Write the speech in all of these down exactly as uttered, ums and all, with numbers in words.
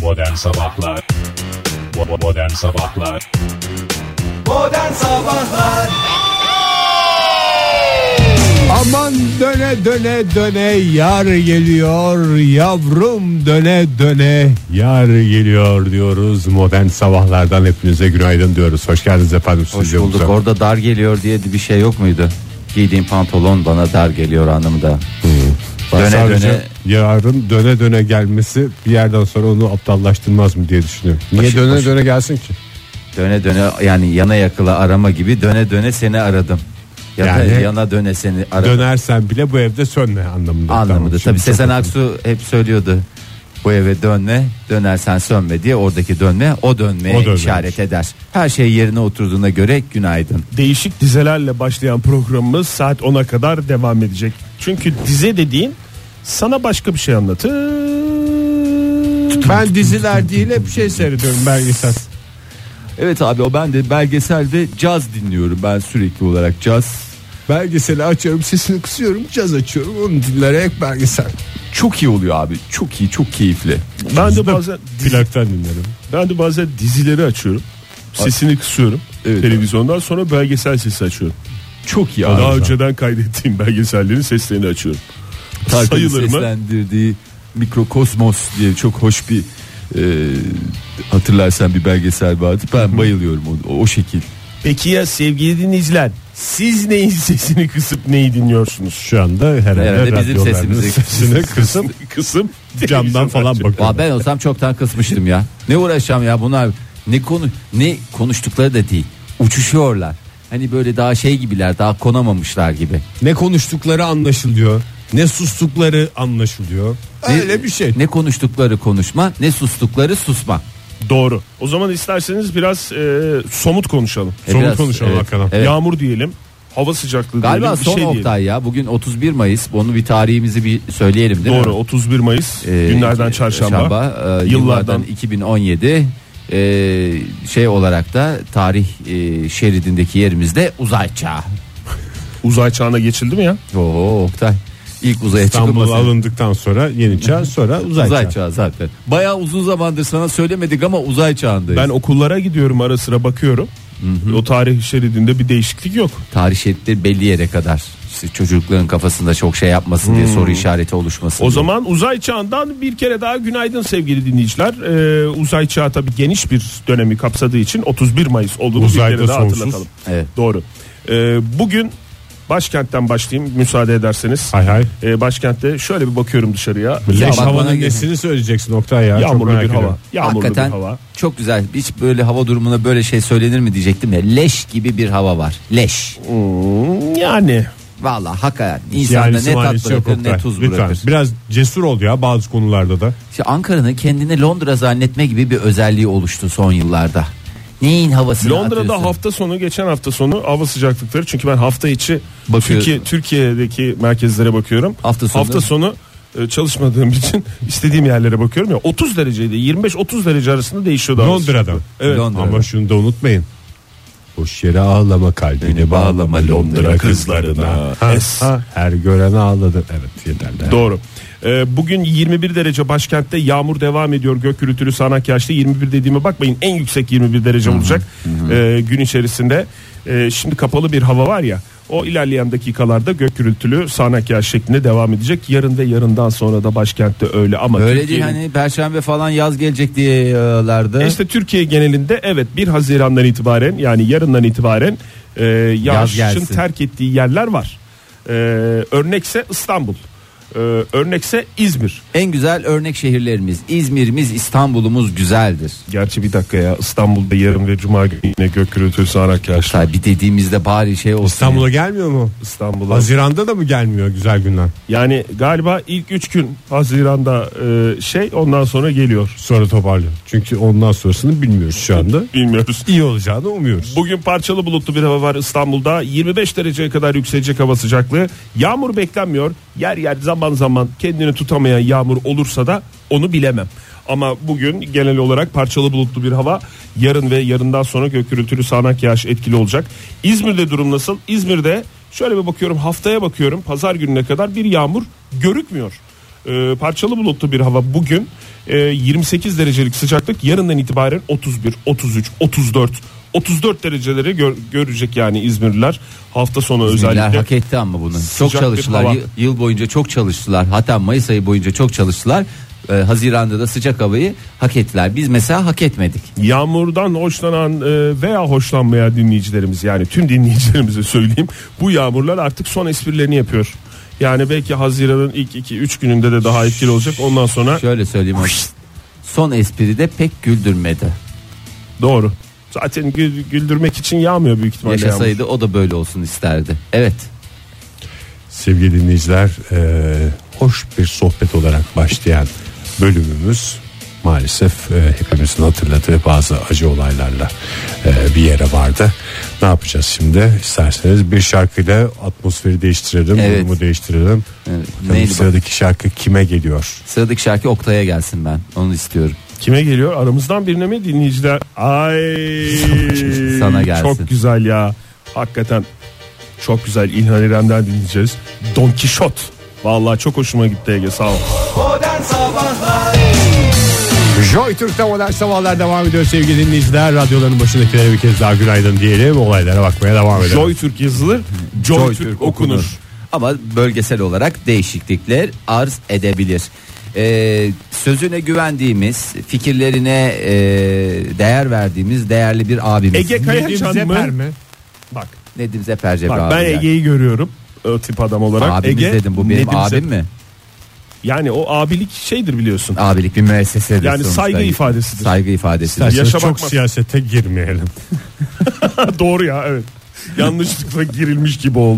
Modern Sabahlar Modern Sabahlar Modern Sabahlar Aman döne döne döne yar geliyor, yavrum döne döne yar geliyor diyoruz. Modern Sabahlardan hepinize günaydın diyoruz. Hoş geldiniz efendim. Hoş bulduk. Orada dar geliyor diye bir şey yok muydu? Giydiğim pantolon bana dar geliyor anlamında. Hmm. Döne Sadece döne yarın döne döne gelmesi bir yerden sonra onu aptallaştırmaz mı diye düşünüyorum. Niye başı, döne başı. döne gelsin ki? Döne döne yani yana yakıla arama gibi döne döne seni aradım. Ya yani, da yana döne seni aradım. Dönersen bile bu evde sönme anlamında. Anlamında. Tabii Sezen Aksu hep söylüyordu. Bu eve dönme, dönersen sönme diye, oradaki dönme o dönmeye o işaret eder. Her şey yerine oturduğuna göre günaydın. Değişik dizelerle başlayan programımız saat ona kadar devam edecek. Çünkü dize dediğin sana başka bir şey anlatır. Ben diziler değil hep şey seyrediyorum, belgesel. Evet abi, o ben de belgesel ve caz dinliyorum ben sürekli olarak. Caz belgeseli açıyorum, sesini kısıyorum, caz açıyorum, onu dinleyerek belgesel. Çok iyi oluyor abi, çok iyi, çok keyifli. Ben de bazen plaktan dinlerim. Ben de bazen dizileri açıyorum, sesini kısıyorum, evet, televizyondan sonra belgesel sesi açıyorum. Çok iyi. Daha önceden kaydettiğim belgesellerin seslerini açıyorum. Tarkan'ın seslendirdiği Mikrokosmos diye çok hoş bir e, hatırlarsan bir belgesel vardı. Ben Hı-hı. bayılıyorum o, o şekil. Peki ya sevgili dinleyiciler, siz neyin sesini kısıp neyi dinliyorsunuz? Şu anda herhalde, herhalde bizim sesimizi sesini kısıp kısıp camdan falan bakıyorum. Ben olsam çoktan kısmıştım ya. Ne uğraşacağım ya, bunlar ne konu ne konuştukları da değil. Uçuşuyorlar. Hani böyle daha şey gibiler, daha konamamışlar gibi. Ne konuştukları anlaşılıyor, ne sustukları anlaşılıyor. Öyle ne, bir şey. Ne konuştukları konuşma, ne sustukları susma. Doğru. O zaman isterseniz biraz e, somut konuşalım. E somut biraz, konuşalım evet, hakikaten. Evet. Yağmur diyelim. Hava sıcaklığı galiba diyelim. Galiba son şey Oktay diyelim. Ya. Bugün otuz bir Mayıs. Onu bir tarihimizi bir söyleyelim değil Doğru, mi? otuz bir Mayıs. Ee, günlerden çarşamba. çarşamba e, yıllardan iki bin on yedi. Ee, şey olarak da tarih e, şeridindeki yerimizde uzay çağı. Uzay çağına geçildi mi ya? Oo Oktay. İlk uzaya İstanbul alındıktan sonra yeni çağ, sonra uzay, uzay çağı. çağı zaten. Bayağı uzun zamandır sana söylemedik ama uzay çağındayız. Ben okullara gidiyorum, ara sıra bakıyorum. Hı-hı. O tarih şeridinde bir değişiklik yok. Tarih şeritleri belli yere kadar. İşte çocukların kafasında çok şey yapmasın hmm. diye, soru işareti oluşmasın o diye. zaman uzay çağından bir kere daha günaydın sevgili dinleyiciler. Ee, uzay çağı tabii geniş bir dönemi kapsadığı için otuz bir Mayıs olduğunu Uzayda bir kere daha sonsuz. hatırlatalım. Evet. Doğru. Ee, bugün başkentten başlayayım müsaade ederseniz. Hay hay. Ee, başkentte şöyle bir bakıyorum dışarıya. Leş havanın nesini söyleyeceksin Oktay ya. Yağmurlu bir hava. Yağmurlu Hakikaten bir hava. Çok güzel. Hiç böyle hava durumuna böyle şey söylenir mi diyecektim ya. Leş gibi bir hava var. Leş. Hmm, yani. Vallahi hakikaten insanda yani ne tat bırakır ne tuz lütfen. bırakır. Biraz cesur ol ya bazı konularda da. İşte Ankara'nın kendini Londra zannetme gibi bir özelliği oluştu son yıllarda. Neyin havasını Londra'da atıyorsun? hafta sonu, geçen hafta sonu hava sıcaklıkları, çünkü ben hafta içi Türkiye, Türkiye'deki merkezlere bakıyorum. Hafta sonu, hafta sonu çalışmadığım için istediğim yerlere bakıyorum ya, otuz dereceydi, yirmi beş otuz derece arasında değişiyordu. Londra'da. Evet. Londra'da. Ama şunu da unutmayın. Boş yere ağlama, kalbini bağlama Londra kızlarına. Ha, ha, her gören ağladı. Evet, yeterli. Doğru. Ee, bugün yirmi bir derece başkentte, yağmur devam ediyor. Gök gürültülü sağanak yağışlı. yirmi bir dediğime bakmayın, en yüksek yirmi bir derece olacak ee, gün içerisinde. Ee, şimdi kapalı bir hava var ya, o ilerleyen dakikalarda gök gürültülü sağanak yağış şeklinde devam edecek. Yarın ve yarından sonra da başkentte öyle, ama öyle değil, hani perşembe falan yaz gelecek diyorlardı. İşte Türkiye genelinde evet, bir Haziran'dan itibaren, yani yarından itibaren e, yağışın terk ettiği yerler var. E, örnekse İstanbul. Ee, örnekse İzmir. En güzel örnek şehirlerimiz İzmir'imiz, İstanbul'umuz güzeldir. Gerçi bir dakika ya, İstanbul'da yarın ve cuma günü yine gök gürültülü sağanak yağışlı. Bir dediğimizde bari şey olsun. İstanbul'a gelmiyor mu? İstanbul'a. Haziran'da da mı gelmiyor güzel günler? Yani galiba ilk üç gün Haziran'da e, şey, ondan sonra geliyor. Sonra toparlıyor. Çünkü ondan sonrasını bilmiyoruz şu anda. Bilmiyoruz. İyi olacağını umuyoruz. Bugün parçalı bulutlu bir hava var İstanbul'da. yirmi beş dereceye kadar yükselecek hava sıcaklığı. Yağmur beklenmiyor. Yer yer zaman zaman kendini tutamayan yağmur olursa da onu bilemem. Ama bugün genel olarak parçalı bulutlu bir hava. Yarın ve yarından sonra gök gürültülü sağanak yağış etkili olacak. İzmir'de durum nasıl? İzmir'de şöyle bir bakıyorum, haftaya bakıyorum, pazar gününe kadar bir yağmur görükmüyor. e, parçalı bulutlu bir hava bugün. e, yirmi sekiz derecelik sıcaklık, yarından itibaren otuz bir, otuz üç, otuz dört otuz dört dereceleri gör, görecek yani İzmirliler. Hafta sonu İzmirliler özellikle hak etti ama bunu. Çok sıcak bir çalıştılar. hava. Yıl, yıl boyunca çok çalıştılar. Hatta Mayıs ayı boyunca çok çalıştılar. Ee, Haziran'da da sıcak havayı hak ettiler. Biz mesela hak etmedik. Yağmurdan hoşlanan e, veya hoşlanmayan dinleyicilerimiz, yani tüm dinleyicilerimize söyleyeyim, bu yağmurlar artık son esprilerini yapıyor. Yani belki Haziran'ın ilk iki üç gününde de daha etkili olacak. Ondan sonra Şöyle söyleyeyim. Son espri de pek güldürmedi. doğru. Zaten gü- güldürmek için yağmıyor büyük ihtimalle yağmur. Yaşasaydı o da böyle olsun isterdi. Evet. Sevgili dinleyiciler, e, hoş bir sohbet olarak başlayan bölümümüz maalesef e, hepimizin hatırladığı bazı acı olaylarla e, bir yere vardı. Ne yapacağız şimdi? İsterseniz bir şarkıyla atmosferi değiştirelim, Evet. durumu değiştirelim. Evet. Bakalım Neydi bu? sıradaki şarkı kime geliyor? Sıradaki şarkı Oktay'a gelsin, ben onu istiyorum. Kime geliyor? Aramızdan birine mi, dinleyiciler? Ay Sana gelsin. Çok güzel ya. Hakikaten çok güzel. İlhan İrem'den dinleyeceğiz. Don Kişot. Vallahi çok hoşuma gitti Ege, sağ ol. Modern Sabahlar. Joy Türk'te modern sabahlar devam ediyor sevgili dinleyiciler. Radyoların başındakilere bir kez daha günaydın diyelim. Olaylara bakmaya devam edelim. Joy Türk yazılır, Joy, Joy Türk Türk okunur. okunur. Ama bölgesel olarak değişiklikler arz edebilir. Ee, sözüne güvendiğimiz, fikirlerine e, değer verdiğimiz değerli bir abimiz. Ege Kayacan Nedim mı? Zeper mi? Bak, Nedim Zeperce bak abi. ben Ege'yi görüyorum o tip adam olarak. Abimiz Ege, dedim, bu benim Nedim abim Zeper. mi? Yani o abilik şeydir biliyorsun. Abilik bir müessesedir. Yani sonuçta. saygı ifadesidir. Saygı ifadesidir. İsterseniz Yaşa çok bakmaz. siyasete girmeyelim. Doğru ya, evet. Yanlışlıkla girilmiş gibi oldu.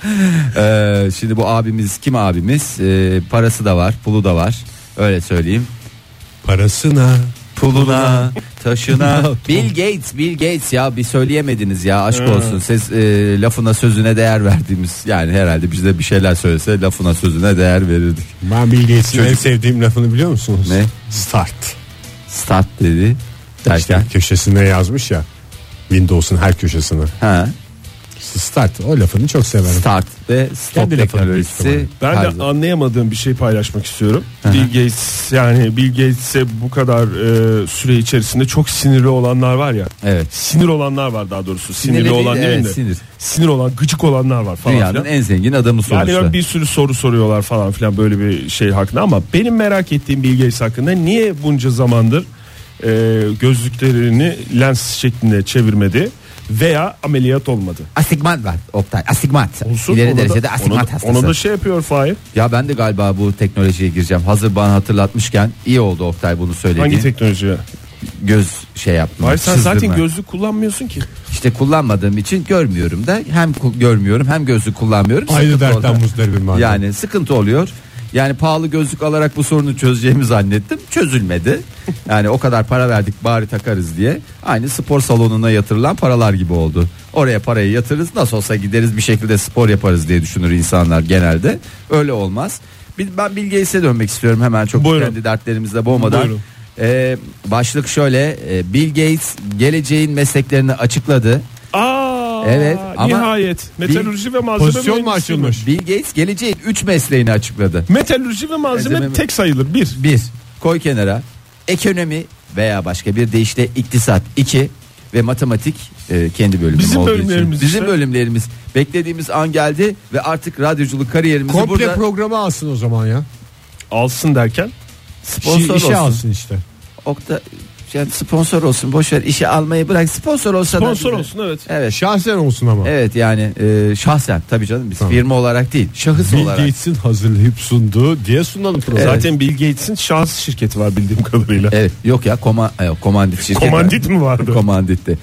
Ee, şimdi bu abimiz kim abimiz? Ee, parası da var, pulu da var. Öyle söyleyeyim. Parasına, Puluna, taşına. Bill Gates, Bill Gates ya, bir söyleyemediniz ya, aşk olsun. Siz e, lafına sözüne değer verdiğimiz, yani herhalde bize bir şeyler söylese lafına sözüne değer verirdik. ben Bill Gates'in en sevdiğim lafını biliyor musunuz? Ne? Start. Start dedi derken. İşte köşesine yazmış ya, Windows'un her köşesine. Ha, Start, o lafını çok severim. start ve stop Kendi lafına teknolojisi. büyük Ben tarzı. de anlayamadığım bir şey paylaşmak istiyorum. Bill Gates, yani Bill Gates'e bu kadar e, süre içerisinde çok sinirli olanlar var ya. Evet. Sinir olanlar var daha doğrusu. Sinirli Sinirli olan değil, değil evet, de. sinir. Sinir olan, gıcık olanlar var falan Dünyanın filan. en zengin adamı sonuçta. Yani bir sürü soru soruyorlar falan filan böyle bir şey hakkında, ama benim merak ettiğim Bill Gates hakkında niye bunca zamandır e, gözlüklerini lens şeklinde çevirmedi veya ameliyat olmadı. Astigmat var Oktay, astigmat. Olsun, İleri ona da- derecede ona astigmat da- hastası. Ona da şey yapıyor Fahir. Ya ben de galiba bu teknolojiye gireceğim. Hazır bana hatırlatmışken iyi oldu Oktay bunu söylediğin. Hangi teknoloji? Göz şey yaptım. Hayır, sen çizdırma. zaten gözlük kullanmıyorsun ki. İşte kullanmadığım için görmüyorum da, hem ku- görmüyorum hem gözlük kullanmıyorum. Aynı Sıkıntı dertten oluyor. muzdaribim var. Yani sıkıntı oluyor. Yani pahalı gözlük alarak bu sorunu çözeceğimi zannettim. Çözülmedi. Yani o kadar para verdik, bari takarız diye. Aynı spor salonuna yatırılan paralar gibi oldu. Oraya parayı yatırırız, nasıl olsa gideriz bir şekilde spor yaparız diye düşünür insanlar genelde. Öyle olmaz. Bir- Ben Bill Gates'e dönmek istiyorum hemen, çok Buyurun. kendi dertlerimizle boğmadan. Buyurun. Ee, başlık şöyle: e, Bill Gates geleceğin mesleklerini açıkladı. Aa, Evet, ama nihayet metalürji ve malzeme pozisyon mu mühendisliği mi? açılmış? Bill Gates geleceğin üç mesleğini açıkladı. Metalürji ve malzeme Malzeme- tek sayılır bir. Bir, koy kenara. Ekonomi veya başka bir deyişle iktisat. İki ve matematik e, kendi bölümüm Bizim olduğu bölümlerimiz için. Bizim işte. bölümlerimiz. Beklediğimiz an geldi ve artık radyoculuk kariyerimizi Komple burada programı alsın o zaman ya. Alsın derken sponsor İşe olsun. alsın işte. Okta, yani sponsor olsun, boş ver işi almayı bırak, sponsor olsa da sponsor bize- olsun, evet. Evet. Şahsen olsun ama. Evet yani e, şahsen tabii canım, biz Tamam. firma olarak değil, şahıs Bill olarak. Gates'in hazırlayıp sunduğu diye sunalım programı. Zaten Bill Gates'in şahıs şirketi var bildiğim kadarıyla. Evet, yok ya koma, e, komandit şirket. Komandit mi vardı? Komanditti.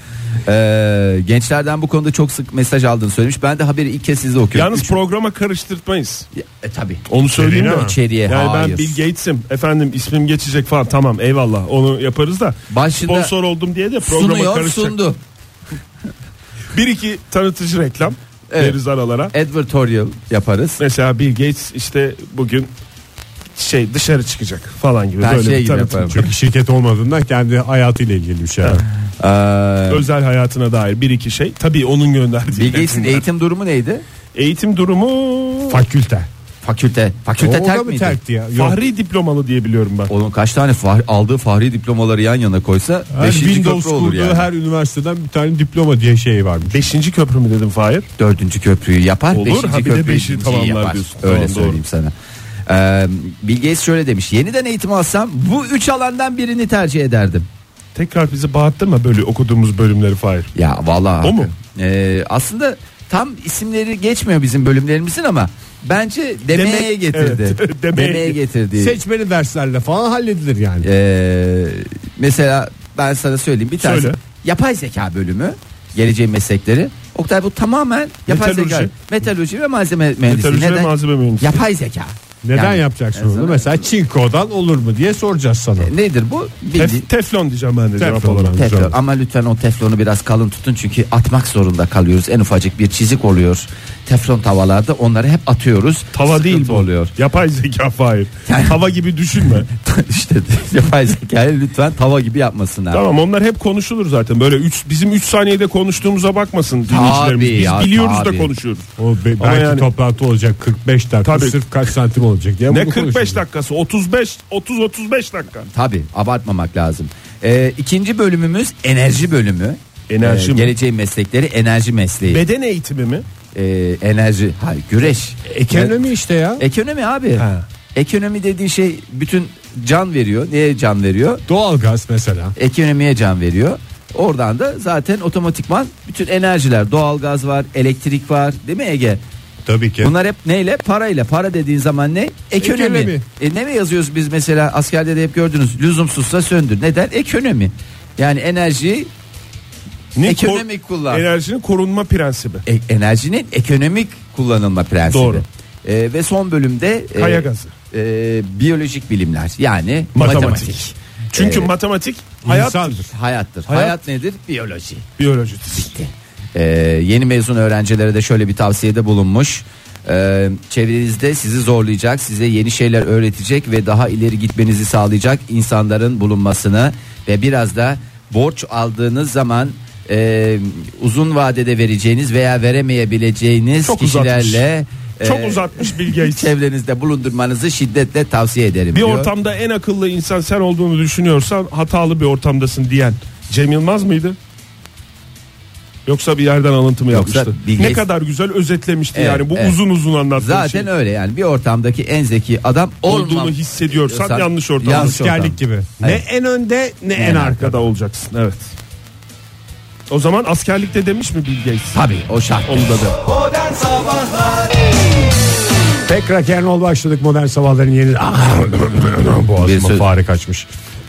Ee, gençlerden bu konuda çok sık mesaj aldığını söylemiş. Ben de haberi ilk kez sizde okuyorum. Yalnız Üç- programa karıştırtmayız. E, tabii. Onu söyleyeyim Öyle de. mi? İçeriye Yani hayır. ben Bill Gates'im, efendim ismim geçecek falan, tamam eyvallah, onu yaparız da Başında sponsor oldum diye de programa sunuyor, karışacak. sundu. Bir iki tanıtıcı reklam Evet. veririz aralara. Advertorial yaparız. Mesela Bill Gates işte bugün şey dışarı çıkacak falan gibi, Ben böyle şey bir gibi tanıtım. yaparım. Çünkü şirket olmadığından kendi hayatıyla ilgili bir şey. Ee, Özel hayatına dair bir iki şey. Tabii onun gönderdiği. Bill Gates'in eğitim durumu neydi? Eğitim durumu Fakülte. Fakülte. Fakülte O da terk mı miydi? terkti ya? Yok. Fahri diplomalı diye biliyorum ben. Onun kaç tane fahri, aldığı fahri diplomaları yan yana koysa Her beşinci Windows köprü olur kurduğu yani. her üniversiteden bir tane diploma diye şey varmış. Beşinci köprü mü dedim Fahir? Dördüncü köprüyü yapar. Olur, beşinci ha bir de köprüyü beşi ikinciyi tamamlar yapar. diyorsun. Öyle Tamam, söyleyeyim sana. Ee, Bill Gates şöyle demiş. Yeniden eğitim alsam bu üç alandan birini tercih ederdim. Tekrar bizi bağırttırma böyle okuduğumuz bölümleri Fahir. Ya vallahi. O mu? Ee, aslında tam isimleri geçmiyor bizim bölümlerimizin ama bence demeye Demek- getirdi. evet, demeye- demeye getirdi. Seçmeli derslerle falan halledilir yani. Ee, mesela ben sana söyleyeyim bir tanesi. Söyle. Yapay zeka bölümü, geleceğin meslekleri. Oktay bu tamamen yapay Metalurji. zeka, metalurji ve malzeme mühendisliği. Metalurji ve Neden? malzeme mühendisliği. Yapay zeka. Neden Yani- yapacaksın Yani onu? Mesela çinkodan olur mu diye soracağız sana. E, Nedir bu? Bildiğin- Tef- teflon diyeceğim ben de cevap Teflon. olarak. Teflon. Güzel. Ama lütfen o teflonu biraz kalın tutun çünkü atmak zorunda kalıyoruz. En ufacık bir çizik oluyor. Teflon tavalarda onları hep atıyoruz. Tava Sıkıntı değil bu. oluyor. Yapay zeka Fahir. Yani- Tava gibi düşünme. işte yapay zekayı lütfen tava gibi yapmasınlar. Tamam, onlar hep konuşulur zaten. Böyle üç, bizim üç saniyede konuştuğumuza bakmasın dinleyicilerimiz. Biz ya, biliyoruz tabii. da konuşuyoruz. O be- Ama belki yani- toplantı olacak kırk beş dakika Tabii. sırf kaç santim olacak diye. Ne bunu kırk beş konuşuyoruz. dakikası, otuz beş otuz otuz beş dakika. Tabii abartmamak lazım. Ee, ikinci bölümümüz enerji bölümü. Enerji Ee, mi? Geleceğin meslekleri enerji mesleği. Beden eğitimi mi? Ee, enerji, hayır güreş. Ekonomi işte ya. Ekonomi abi. Ha. Ekonomi dediğin şey bütün can veriyor. Neye can veriyor? Doğalgaz mesela. Ekonomiye can veriyor. Oradan da zaten otomatikman bütün enerjiler, doğalgaz var, elektrik var, değil mi Ege? Tabii ki. Bunlar hep neyle? Parayla. Para dediğin zaman ne? Ekonomi. Ekonomi. E ne mi yazıyoruz biz mesela askerde de hep gördünüz. Lüzumsuzsa söndür. Neden? Ekonomi. Yani enerjiyi Ne ekonomik kullan. Enerjinin korunma prensibi. E- enerjinin ekonomik kullanılma prensibi. Doğru. E, ve son bölümde e, Kaya gazı. e, biyolojik bilimler yani Matematik. matematik. Çünkü E, matematik hayattır. İnsandır. hayattır. Hayat- Hayat nedir? Biyoloji. Biyolojidir. Ee, yeni mezun öğrencilere de şöyle bir tavsiyede bulunmuş. Ee, çevrenizde sizi zorlayacak, size yeni şeyler öğretecek ve daha ileri gitmenizi sağlayacak insanların bulunmasını ve biraz da borç aldığınız zaman e, uzun vadede vereceğiniz veya veremeyebileceğiniz Çok kişilerle Çok e, uzatmış Bill Gates. çevrenizde bulundurmanızı şiddetle tavsiye ederim Bir diyor. ortamda en akıllı insan sen olduğunu düşünüyorsan hatalı bir ortamdasın diyen Cem Yılmaz mıydı? Yoksa bir yerden alıntı mı Yoksa yapmıştı? Bill Ne Gates- kadar güzel özetlemişti Evet, yani bu evet. uzun uzun anlattığı Zaten şey. öyle yani bir ortamdaki en zeki adam Olduğunu olmam- hissediyorsan Sen- yanlış ortamda. yanlış ortam. Askerlik gibi. Evet. Ne en önde ne en en arkada. Arkada olacaksın, evet. O zaman askerlikte demiş mi Bill Gates? Tabii o şart. Onu da de. Modern Sabahlar Tekrar Kernol başladık modern sabahların yeni. Bir Boğazıma söz- fare kaçmış.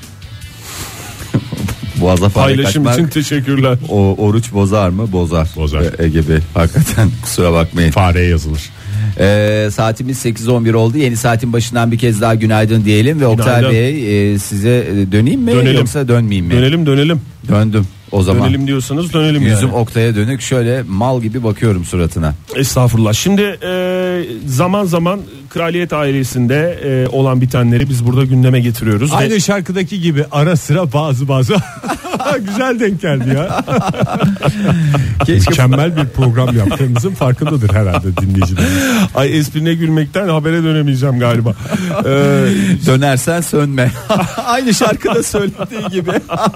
Boğaza fare Paylaşım kaçmak, için teşekkürler. o oruç bozar mı? Bozar. Bozar. Ee, Ege Bey hakikaten kusura bakmayın. Fareye yazılır. Ee, saatimiz sekiz on bir oldu. Yeni saatin başından bir kez daha günaydın diyelim ve Oktay Günaydın. Bey e, size e, döneyim mi Dönelim. yoksa dönmeyeyim mi? Dönelim dönelim. Döndüm o zaman. Dönelim diyorsanız dönelim Yüzüm yani. Oktay'a dönük şöyle mal gibi bakıyorum suratına. Estağfurullah. Şimdi e, zaman zaman kraliyet ailesinde e, olan bitenleri biz burada gündeme getiriyoruz. Ve Aynı şarkıdaki gibi ara sıra bazı bazı. Güzel denk geldi ya. Keşke Mükemmel bir program yaptığımızın farkındadır herhalde dinleyiciler. ay esprine gülmekten habere dönemeyeceğim galiba. E, dönersen sönme. Aynı şarkıda söylediği gibi.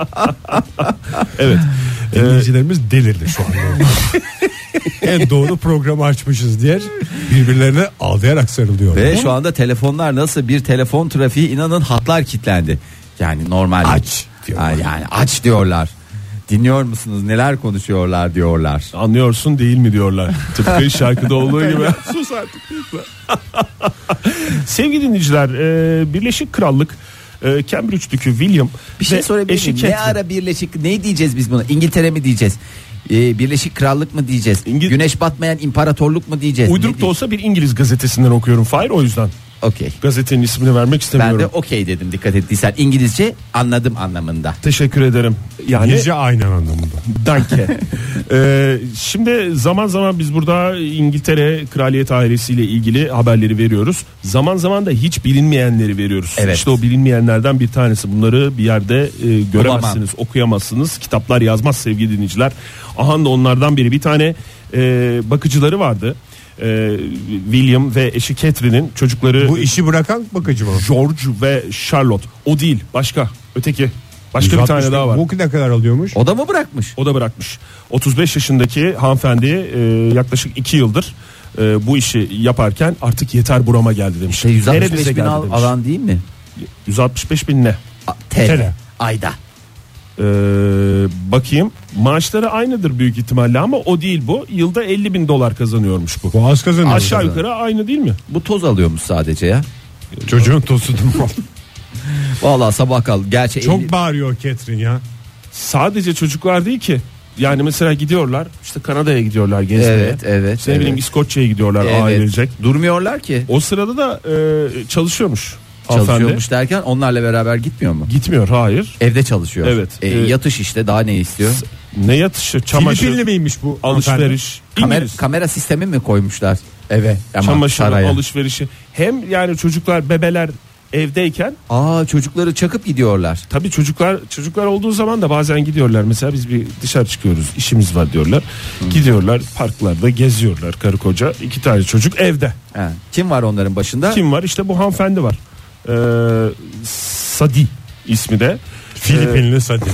evet. Dinleyicilerimiz delirdi şu anda. En doğru programı açmışız diye birbirlerine ağlayarak sarılıyor. Ve şu anda telefonlar nasıl bir telefon trafiği inanın hatlar kilitlendi. Yani normal. Aç diyorlar. Ha, yani aç diyorlar. Dinliyor musunuz neler konuşuyorlar diyorlar. Anlıyorsun değil mi diyorlar. Tıpkı şarkıda olduğu gibi. Sus artık lütfen. Sevgili dinleyiciler, e, Birleşik Krallık e, Cambridge Dükü William Bir şey ve sorabilir eşi miyim? Ne Catherine- ara Birleşik ne diyeceğiz biz buna? İngiltere mi diyeceğiz? Ee, Birleşik Krallık mı diyeceğiz? İngil- Güneş batmayan imparatorluk mu diyeceğiz? Uyduruk Ne da olsa bir İngiliz gazetesinden okuyorum Fahir, o yüzden. Okey. Gazetenin ismini vermek Ben istemiyorum. de okey dedim dikkat ettiysen. İngilizce anladım anlamında. Teşekkür ederim. Yani Nice aynen anlamında. danke. Ee, şimdi zaman zaman biz burada İngiltere kraliyet ailesiyle ilgili haberleri veriyoruz. Zaman zaman da hiç bilinmeyenleri veriyoruz. Evet. İşte o bilinmeyenlerden bir tanesi. Bunları bir yerde e, göremezsiniz, okuyamazsınız. Kitaplar yazmaz sevgili dinleyiciler. Ahan da onlardan biri. Bir tane e, bakıcıları vardı. e, William ve eşi Catherine'in çocukları Bu işi bırakan bakıcı mı? George ve Charlotte. O değil, başka, öteki. Başka bir tane daha var. Bu ne kadar alıyormuş? O da mı bırakmış? O da bırakmış. otuz beş yaşındaki hanımefendi e, yaklaşık iki yıldır e, bu işi yaparken artık yeter burama geldi demiş. İşte yüz altmış Nerenize beş bin geldi al, demiş. alan değil mi? yüz altmış beş bin ne? A, T L. T L. Ayda. Ee, bakayım, maaşları aynıdır büyük ihtimalle ama o değil bu. Yılda elli bin dolar kazanıyormuş bu. Bu az kazanıyor. Aşağı yukarı aynı değil mi? Bu toz alıyormuş sadece ya. Çocuğun tosudu mu? Vallahi sabah kal. Gerçi Çok elli bağırıyor Catherine ya. Sadece çocuklar değil ki. Yani mesela gidiyorlar, işte Kanada'ya gidiyorlar gezmeye. Evet, evet. İşte ne evet. bileyim İskoçya'ya gidiyorlar, Evet. ailecek. Durmuyorlar ki. O sırada da e, çalışıyormuş. hanımefendi. Çalışıyormuş derken onlarla beraber gitmiyor mu? Gitmiyor, hayır. Evde çalışıyor. Evet. E, Ee, yatış işte, daha ne istiyor? Ne yatışı, çamaşır, Filipinli miymiş bu? alışveriş, Kamera, İngiliz. kamera sistemi mi koymuşlar eve? Ama Çamaşır, saraya. alışverişi. Hem yani çocuklar, bebeler evdeyken, Aa, çocukları çakıp gidiyorlar. tabii çocuklar çocuklar olduğu zaman da bazen gidiyorlar. Mesela biz bir dışarı çıkıyoruz, işimiz var diyorlar. Gidiyorlar parklarda geziyorlar, karı koca, iki tane çocuk evde. He. Kim var onların başında? Kim var? İşte bu hanımefendi var. Ee, Sadi ismi de. Filipinli Sadi.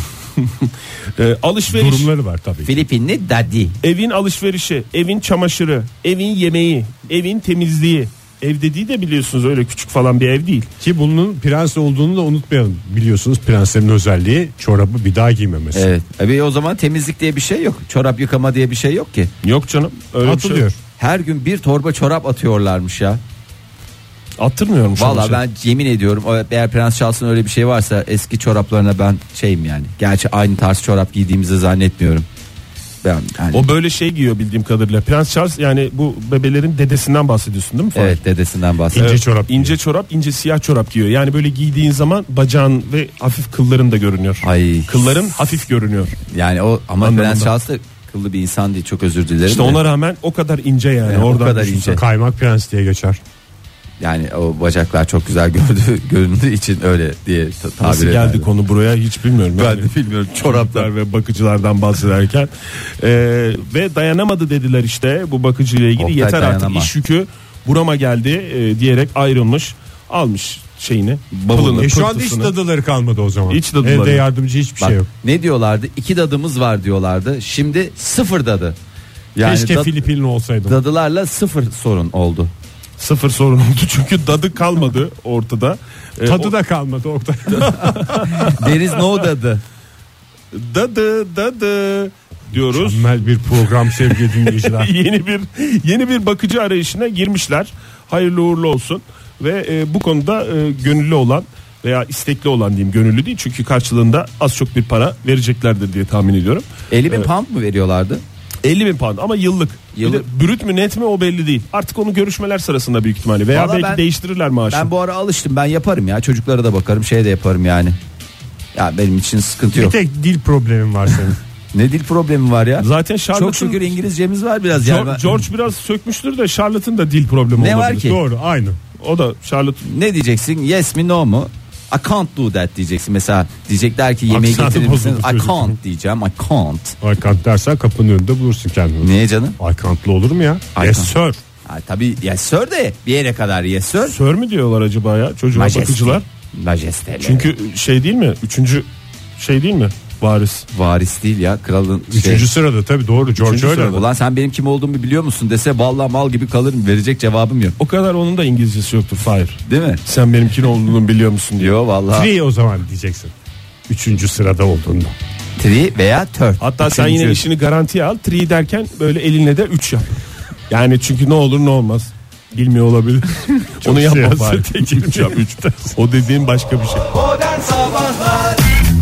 Ee, alışveriş, Durumları var tabii. Filipinli daddy. evin alışverişi, evin çamaşırı, evin yemeği, evin temizliği. Ev dediği de biliyorsunuz öyle küçük falan bir ev değil. Ki bunun prens olduğunu da unutmayalım. Biliyorsunuz prenslerin özelliği çorabı bir daha giymemesi. Evet. E, o zaman temizlik diye bir şey yok. Çorap yıkama diye bir şey yok ki. Yok canım. Öyle Atılıyor. bir şey. Her gün bir torba çorap atıyorlarmış ya. Attırmıyormuş. Vallahi ama ben yemin ediyorum, o- eğer Prens Charles'ın öyle bir şey varsa eski çoraplarına ben şeyim yani. Gerçi aynı tarz çorap giydiğimizi zannetmiyorum. Ben yani, O böyle şey giyiyor bildiğim kadarıyla. Prens Charles, yani bu bebelerin dedesinden bahsediyorsun değil mi Fahir? evet, dedesinden bahsediyor. İnce çorap İnce giyiyor. çorap, ince siyah çorap giyiyor. Yani böyle giydiğin zaman bacağın ve hafif kılların da görünüyor. Ay. Kılların hafif görünüyor. Yani o ama Anlamında. Prens Charles da kıllı bir insan değil, çok özür dilerim. İşte de. ona rağmen o kadar ince yani. Yani o Oradan kadar düşünsene. ince. Kaymak prens diye geçer. Yani o bacaklar çok güzel gördüğü, göründüğü için öyle diye ta- tabir Nasıl geldi ederler. konu buraya hiç bilmiyorum. Ben Yani de bilmiyorum. çoraplar ve bakıcılardan bahsederken Ee, ve dayanamadı dediler işte bu bakıcıyla ilgili. Oktay Yeter artık, dayanamaz. iş yükü burama geldi e, diyerek ayrılmış, almış şeyini, pılını, E şu anda hiç pırtısını. dadıları kalmadı o zaman. Hiç dadıları Evde yok. yardımcı hiçbir Bak, şey yok. ne diyorlardı? İki dadımız var diyorlardı. Şimdi sıfır dadı. Yani Keşke dad- Filipinli olsaydım. dadılarla sıfır sorun oldu. Sıfır sorun oldu çünkü dadı kalmadı ortada. Ee, Tadı o- da kalmadı Oktay. There is no dadı. dadı dadı diyoruz. Mükemmel bir program sevgili dinleyiciler. yeni bir yeni bir bakıcı arayışına girmişler. Hayırlı uğurlu olsun ve e, bu konuda e, gönüllü olan veya istekli olan diyeyim, gönüllü değil çünkü karşılığında az çok bir para vereceklerdir diye tahmin ediyorum. elli bin Evet. pound mu veriyorlardı? elli bin pound ama yıllık. Yıllık. Bir de brüt mü net mi o belli değil. Artık onu görüşmeler sırasında büyük ihtimalle veya Vallahi belki ben- değiştirirler maaşı. Ben bu ara alıştım, ben yaparım ya, çocuklara da bakarım, şeye de yaparım yani. Ya benim için sıkıntı Bir yok. tek dil problemin var senin. Ne dil problemi var ya? Zaten Çok Charlotte'ın şükür İngilizcemiz var biraz George, yani. George biraz sökmüştür de Charlotte'ın da dil problemi Ne var olabilir. ki? Doğru aynı. O da Charlotte. Ne diyeceksin? Yes mi no mu? I can't do that diyeceksin. Mesela diyecekler ki yemeği Aksanı getirir misiniz? bozuldu I çocukun. can't diyeceğim. I can't. Aykant dersen kapının önünde bulursun kendini. Niye canım? Aykantlı olur mu ya? Aykant. Yes sir. Ha, tabii yes sir de bir yere kadar yes sir. Sör mü diyorlar acaba ya çocuğa Majesty. bakıcılar? Majesteleri. Çünkü şey değil mi? Üçüncü şey değil mi? Varis. varis değil ya, kralın şey. Üçüncü sırada tabii doğru George Üçüncü öyle. sırada. Ulan sen benim kim olduğumu biliyor musun dese vallahi mal gibi kalırım, verecek cevabım yok. O kadar onun da İngilizcesi yoktur Fahir. Değil mi? Sen benim kim olduğunu biliyor musun diyor. Diyor vallahi. Three o zaman diyeceksin. Üçüncü sırada olduğunda. Three veya third. Hatta sen Üçüncü. yine işini garantiye al. Three derken böyle elinle de üç yap. Yani çünkü ne olur ne olmaz. Bilmiyor olabilir. Onu yapma siyasi. Fahir. Tek üç yap üçte. O dediğin başka bir şey. Modern Sabahlar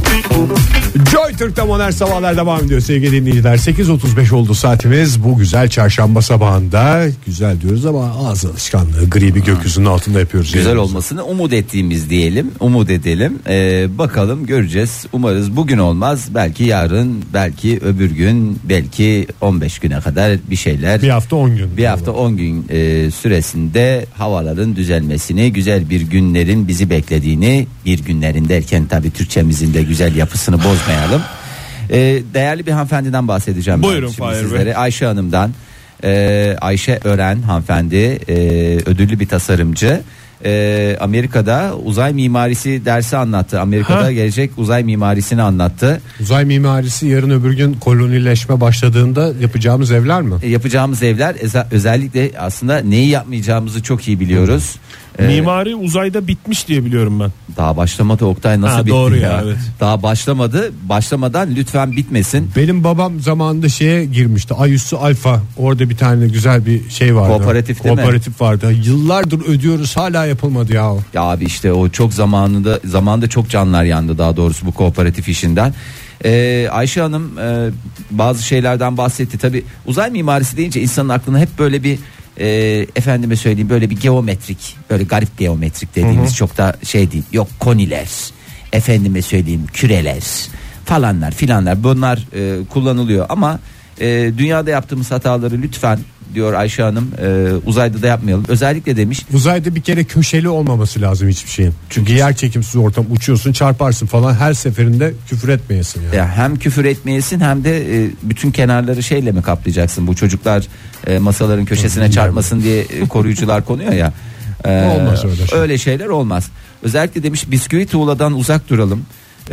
Joy Türk'te modern sabahlar devam ediyor sevgili dinleyiciler. sekiz otuz beş oldu saatimiz. Bu güzel çarşamba sabahında güzel diyoruz ama ağız alışkanlığı gri bir gökyüzünün altında yapıyoruz. Güzel yayınımızı. olmasını umut ettiğimiz diyelim. Umut edelim. Ee, bakalım, göreceğiz. Umarız bugün olmaz. Belki yarın, belki öbür gün, belki on beş güne kadar bir şeyler. Bir hafta on gün. Bir hafta on gün e, süresinde havaların düzelmesini, güzel bir günlerin bizi beklediğini, bir günlerin derken tabii Türkçemizin de güzel yapısını bozmayalım. E, değerli bir hanımefendiden bahsedeceğim. Buyurun ben şimdi Fahir Bey. sizlere. Ayşe Hanım'dan. Ee, Ayşe Ören hanımefendi e, ödüllü bir tasarımcı. Ee, Amerika'da uzay mimarisi dersi anlattı. Amerika'da Ha. gelecek uzay mimarisini anlattı. Uzay mimarisi yarın öbür gün kolonileşme başladığında yapacağımız evler mi? E, yapacağımız evler eza- özellikle aslında neyi yapmayacağımızı çok iyi biliyoruz. Ee, Mimari uzayda bitmiş diye biliyorum ben. Daha başlamadı Oktay, nasıl Ha, bitti doğru ya? ya, evet. Daha başlamadı. Başlamadan lütfen bitmesin. Benim babam zamanında şeye girmişti. Ayüssü Alfa. Orada bir tane güzel bir şey vardı. Kooperatif değil mi? Kooperatif vardı. Yıllardır ödüyoruz, hala yapılmadı ya. Ya abi işte o çok zamanında zamanda çok canlar yandı daha doğrusu bu kooperatif işinden. Ee, Ayşe Hanım e, bazı şeylerden bahsetti. Tabi uzay mimarisi deyince insanın aklına hep böyle bir e, efendime söyleyeyim böyle bir geometrik, böyle garip geometrik dediğimiz, hı hı, çok da şey değil. Yok koniler, efendime söyleyeyim küreler falanlar filanlar, bunlar e, kullanılıyor ama e, dünyada yaptığımız hataları lütfen diyor Ayşe Hanım e, uzayda da yapmayalım. Özellikle demiş. Uzayda bir kere köşeli olmaması lazım hiçbir şeyin. Çünkü yer çekimsiz ortam, uçuyorsun, çarparsın falan, her seferinde küfür etmeyesin yani. Ya hem küfür etmeyesin hem de e, bütün kenarları şeyle mi kaplayacaksın? Bu çocuklar e, masaların köşesine Tabii, çarpmasın diye e, koruyucular konuyor ya. E, Olmaz öyle şey. Öyle şeyler olmaz. Özellikle demiş bisküvi tuğladan uzak duralım.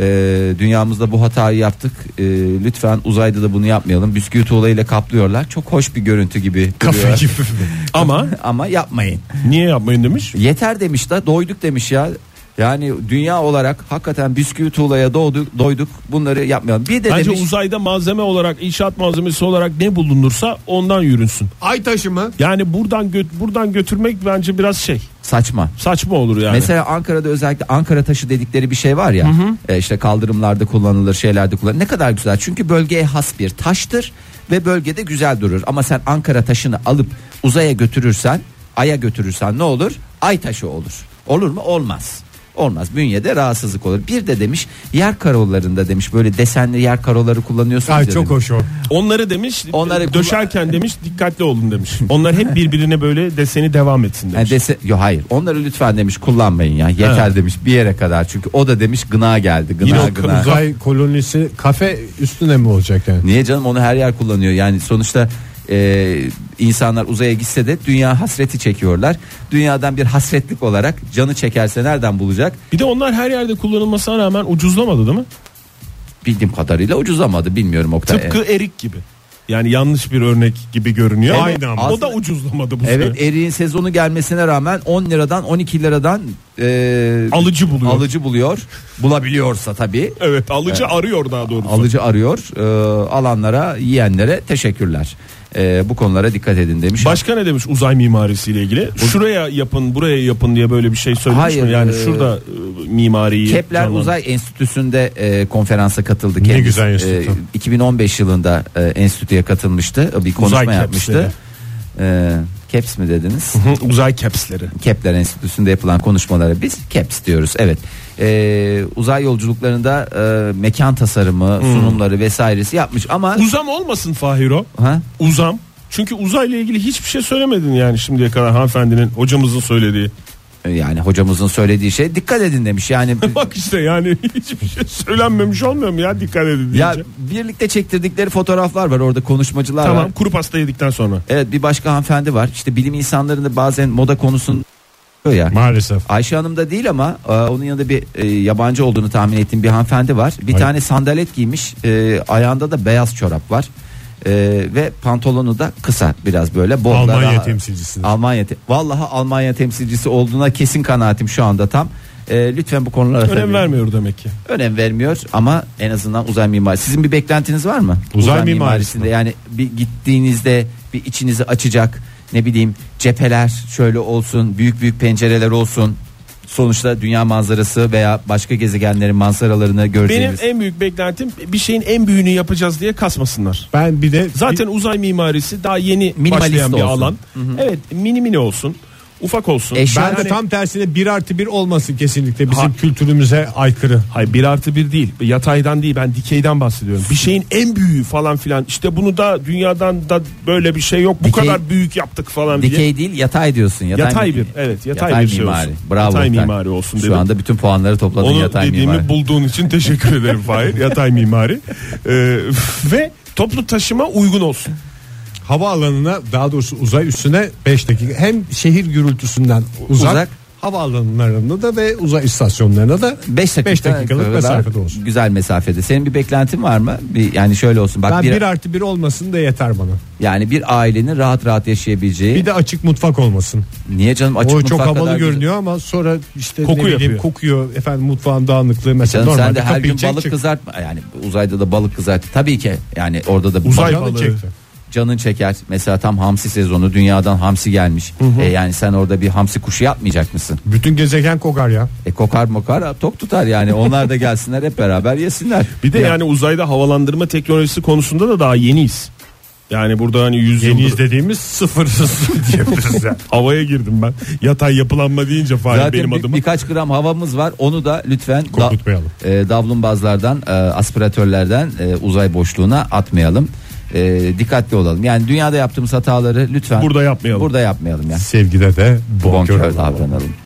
E, dünyamızda bu hatayı yaptık. E, lütfen uzayda da bunu yapmayalım. Bisküvi tuğlayla kaplıyorlar. Çok hoş bir görüntü gibi. Kafe duruyor. gibi. Ama Ama yapmayın. niye yapmayın demiş? Yeter demiş de doyduk demiş ya. Yani dünya olarak hakikaten bisküvi tuğlaya doğduk, doyduk. Bunları yapmayalım. Bir de Bence demiş uzayda malzeme olarak, inşaat malzemesi olarak ne bulunursa ondan yürünsün. Ay taşı mı? Yani buradan gö- buradan götürmek bence biraz şey, saçma. saçma olur yani. Mesela Ankara'da özellikle Ankara taşı dedikleri bir şey var ya. E işte kaldırımlarda kullanılır, şeylerde kullanılır. Ne kadar güzel. Çünkü bölgeye has bir taştır ve bölgede güzel durur. Ama sen Ankara taşını alıp uzaya götürürsen, Ay'a götürürsen ne olur? Ay taşı olur. Olur mu? Olmaz. Olmaz. Bünyede rahatsızlık olur. Bir de demiş yer karolarında demiş böyle desenli yer karoları kullanıyorsunuz. Ay ya çok demiş. hoş o. Onları demiş, Onları döşerken demiş dikkatli olun demiş. Onlar hep birbirine böyle deseni devam etsin demiş. Yani dese, yo hayır. Onları lütfen demiş kullanmayın ya. Yeter Ha. demiş bir yere kadar. Çünkü o da demiş gına geldi. Gına Yine o gına. Uzay kolonisi kafe üstüne mi olacak yani? Niye canım, onu her yer kullanıyor. Yani sonuçta e, insanlar uzaya gitse de dünya hasreti çekiyorlar. Dünyadan bir hasretlik olarak canı çekerse nereden bulacak? Bir de onlar her yerde kullanılmasına rağmen ucuzlamadı değil mi? Bildiğim kadarıyla ucuzlamadı, bilmiyorum Oktay. Tıpkı erik gibi. Yani yanlış bir örnek gibi görünüyor. Evet, Aynı ama. aslında- O da ucuzlamadı bu Evet, sene. eriğin sezonu gelmesine rağmen on liradan on iki liradan e, Alıcı buluyor. alıcı buluyor. Bulabiliyorsa tabii. Evet, alıcı arıyor daha doğrusu. Alıcı arıyor. E, alanlara, yiyenlere teşekkürler. E, bu konulara dikkat edin demiş. Başka ne demiş uzay mimarisiyle ilgili? Şuraya yapın, buraya yapın diye böyle bir şey söylemiş Hayır, mi? Yani e, şurada e, mimariyi Kepler canlandır- Uzay Enstitüsü'nde e, konferansa katıldı. Ne Kendisi, güzel enstitü. E, iki bin on beş yılında e, enstitüye katılmıştı. Bir konuşma Uzay yapmıştı. E, Keps mi dediniz? Hı, uzay capsleri. Kepler Enstitüsü'nde yapılan konuşmalara biz Keps diyoruz. Evet. E, uzay yolculuklarında e, mekan tasarımı, sunumları vesairesi yapmış ama Uzam olmasın Fahir o. ha? Uzam. Çünkü uzayla ilgili hiçbir şey söylemedin yani şimdiye kadar hanımefendinin, hocamızın söylediği. Yani hocamızın söylediği şey dikkat edin demiş. Yani Bak işte yani hiçbir şey söylenmemiş olmuyor mu ya, dikkat edin ya deyince. birlikte çektirdikleri fotoğraflar var orada, konuşmacılar Tamam, var. kuru pasta yedikten sonra. Evet, bir başka hanımefendi var. İşte bilim insanlarında bazen moda konusunda ya. Maalesef. Ayşe Hanım da değil ama e, onun yanında bir e, yabancı olduğunu tahmin ettiğim bir hanımefendi var. Bir Ay. tane sandalet giymiş. E, ayağında da beyaz çorap var. E, ve pantolonu da kısa, biraz böyle bol. Almanya Daha- temsilcisi. Almanya te- Vallahi Almanya temsilcisi olduğuna kesin kanaatim şu anda tam. E, lütfen bu konulara Önem tabii- vermiyor demek ki. önem vermiyor ama en azından uzay mimarisi. Sizin bir beklentiniz var mı? Uzay mimarisinde. yani bir gittiğinizde bir içinizi açacak, ne bileyim, cepheler şöyle olsun, büyük büyük pencereler olsun. Sonuçta dünya manzarası veya başka gezegenlerin manzaralarını Benim göreceğimiz. en büyük beklentim bir şeyin en büyüğünü yapacağız diye kasmasınlar. Ben bir de Zaten uzay mimarisi daha yeni Minimalist başlayan bir olsun. alan. Evet, mini mini olsun. Ufak olsun. Eşya- ben de Yani- tam tersine bir artı bir olmasın kesinlikle, bizim Ha. kültürümüze aykırı. Hayır, bir artı bir değil, yataydan değil, ben dikeyden bahsediyorum. Bir şeyin en büyüğü falan filan, işte bunu da dünyadan da böyle bir şey yok, bu Dikey- kadar büyük yaptık falan diye. Dikey değil, yatay diyorsun. Yatay mi- bir, evet, yatay bir şey mimari. olsun. Bravo. Yatay Oktay. mimari olsun Şu dedim. anda bütün puanları topladın, Onu yatay dediğimi mimari. bulduğun için teşekkür ederim Fahir. Yatay mimari. Ee, ve toplu taşıma uygun olsun. havaalanına, daha doğrusu uzay üssüne beş dakika, hem şehir gürültüsünden uzak, Uzak. havaalanlarına da ve uzay istasyonlarına da beş dakika beş dakikalık kadar mesafede olsun. Güzel mesafede. Senin bir beklentin var mı? Bir, yani şöyle olsun. Bak Ben bir, bir artı bir olmasın da yeter bana. yani bir ailenin rahat rahat yaşayabileceği. Bir de açık mutfak olmasın. Niye canım, açık O mutfak çok havalı kadar görünüyor ama sonra işte Koku ne bileyim, yapıyor. kokuyor efendim, mutfağın dağınıklığı mesela. Canım sen normalde de her kapıyı gün çek balık çık. kızartma, yani uzayda da balık kızart tabii ki, yani orada da Uzay balık- balığı. Çekti. canın çeker. Mesela tam hamsi sezonu, dünyadan hamsi gelmiş. E yani sen orada bir hamsi kuşu yapmayacak mısın? Bütün gezegen kokar ya. E kokar mokar tok tutar yani. Onlar da gelsinler hep beraber yesinler. Bir de Ya, yani uzayda havalandırma teknolojisi konusunda da daha yeniyiz. Yani burada hani yüz Yeni yıldır izlediğimiz sıfırsız diyebiliriz yani. havaya girdim ben. Yatay yapılanma deyince Fahir zaten benim bir- adıma. birkaç gram havamız var. Onu da lütfen da, Korkutmayalım. e, davlumbazlardan, e, aspiratörlerden e, uzay boşluğuna atmayalım. E, dikkatli olalım. Yani dünyada yaptığımız hataları lütfen Burada yapmayalım. Burada yapmayalım ya. Sevgide de bonkör Bonkör olalım. davranalım.